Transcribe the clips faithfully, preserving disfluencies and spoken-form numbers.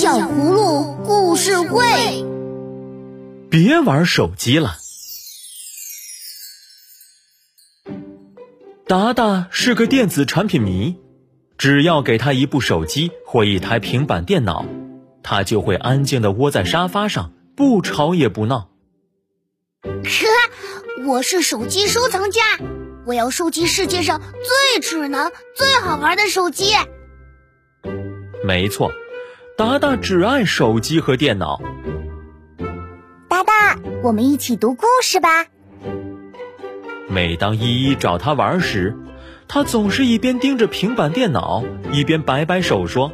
小葫芦故事会。 别玩手机了。达达是个电子产品迷，只要给他一部手机或一台平板电脑，他就会安静地窝在沙发上，不吵也不闹。 呵，我是手机收藏家，我要收集世界上最智能、最好玩的手机。 没错，达达只爱手机和电脑。 达达，我们一起读故事吧。 每当依依找他玩时，他总是一边盯着平板电脑，一边摆摆手说：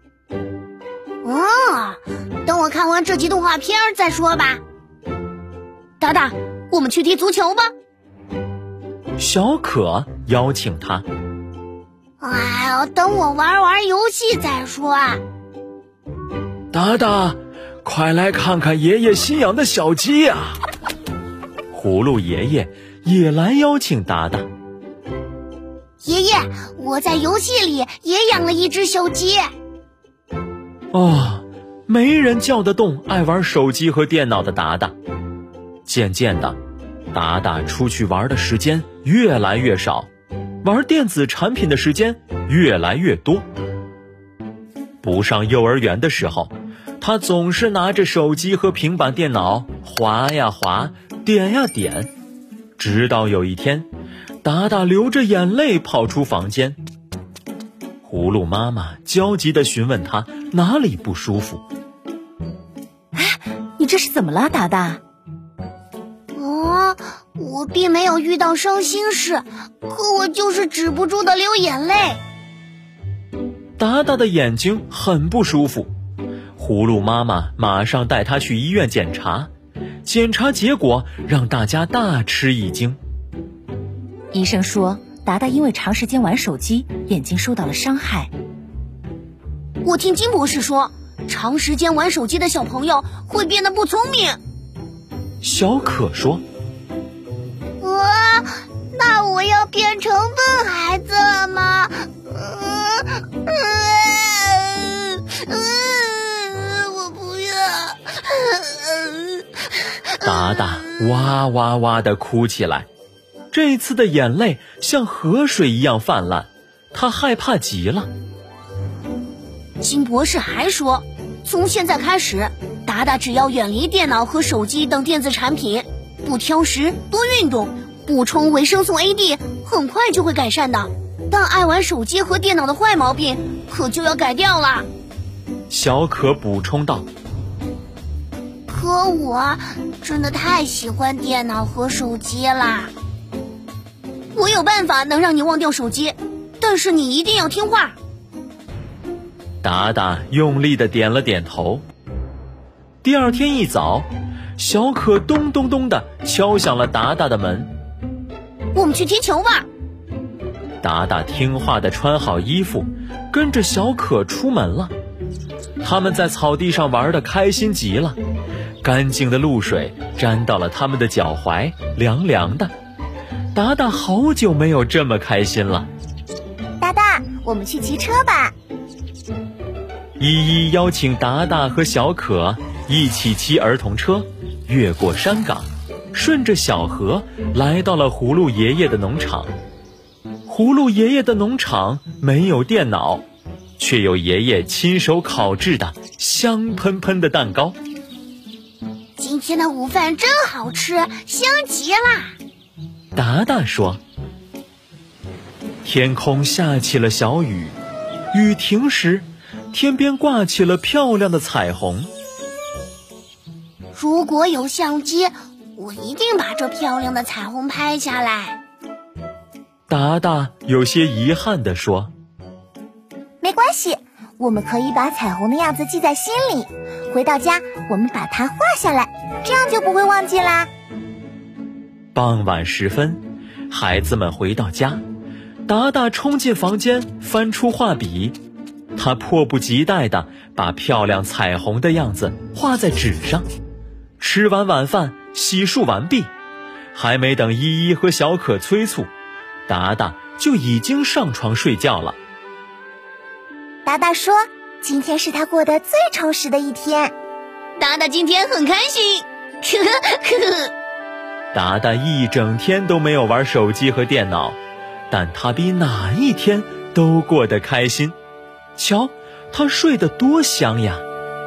哦，等我看完这集动画片再说吧。达达，我们去踢足球吧。 小可邀请他。 哎呦，等我玩玩游戏再说啊。 达达，快来看看爷爷新养的小鸡啊！葫芦爷爷也来邀请达达。 爷爷，我在游戏里也养了一只小鸡。 哦，没人叫得动爱玩手机和电脑的达达。渐渐的，达达出去玩的时间越来越少，玩电子产品的时间越来越多。不上幼儿园的时候，他总是拿着手机和平板电脑滑呀滑，点呀点，直到有一天，达达流着眼泪跑出房间。葫芦妈妈焦急地询问他哪里不舒服。 哎，你这是怎么了，达达？ 哦，我并没有遇到伤心事，可我就是止不住的流眼泪。 达达的眼睛很不舒服，葫芦妈妈马上带他去医院检查，检查结果让大家大吃一惊。 医生说，达达因为长时间玩手机，眼睛受到了伤害。 我听金博士说，长时间玩手机的小朋友会变得不聪明。 小可说： 我，那我要变成笨孩子了吗？嗯嗯嗯，我不要。 达达哇哇哇地哭起来，这次的眼泪像河水一样泛滥，他害怕极了。 金博士还说，从现在开始，达达只要远离电脑和手机等电子产品，不挑食，多运动，补充维生素 A D， 很快就会改善的。但爱玩手机和电脑的坏毛病可就要改掉了。 小可补充道。 可我真的太喜欢电脑和手机啦。我有办法能让你忘掉手机，但是你一定要听话。 达达用力地点了点头。第二天一早，小可咚咚咚地敲响了达达的门。 我们去踢球吧。 达达听话地穿好衣服，跟着小可出门了。他们在草地上玩得开心极了，干净的露水沾到了他们的脚踝，凉凉的。达达好久没有这么开心了。 达达，我们去骑车吧。 依依邀请达达和小可一起骑儿童车，越过山岗，顺着小河来到了葫芦爷爷的农场。葫芦爷爷的农场没有电脑，却有爷爷亲手烤制的香喷喷的蛋糕。 今天的午饭真好吃，香极啦！ 达达说。天空下起了小雨，雨停时，天边挂起了漂亮的彩虹。 如果有相机，我一定把这漂亮的彩虹拍下来。 达达有些遗憾地说。 没关系，我们可以把彩虹的样子记在心里，回到家我们把它画下来，这样就不会忘记啦。 傍晚时分，孩子们回到家，达达冲进房间，翻出画笔，他迫不及待地把漂亮彩虹的样子画在纸上。吃完晚饭，洗漱完毕，还没等依依和小可催促，达达就已经上床睡觉了。 达达说， 今天是他过得最充实的一天。 达达今天很开心。呵呵呵。 达达一整天都没有玩手机和电脑，但他比哪一天都过得开心。瞧，他睡得多香呀！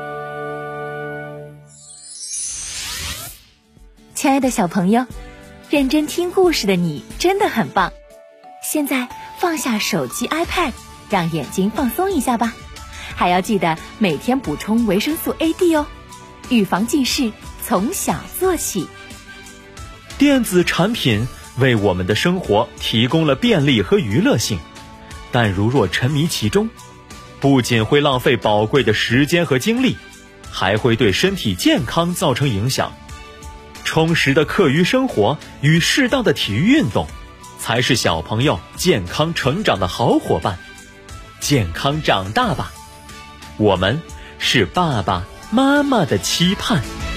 亲爱的小朋友，认真听故事的你真的很棒。现在放下手机 iPad， 让眼睛放松一下吧。还要记得每天补充维生素 A D 哦，预防近视从小做起。 电子产品为我们的生活提供了便利和娱乐性，但如若沉迷其中，不仅会浪费宝贵的时间和精力，还会对身体健康造成影响。充实的课余生活与适当的体育运动，才是小朋友健康成长的好伙伴。健康长大吧，我们是爸爸妈妈的期盼。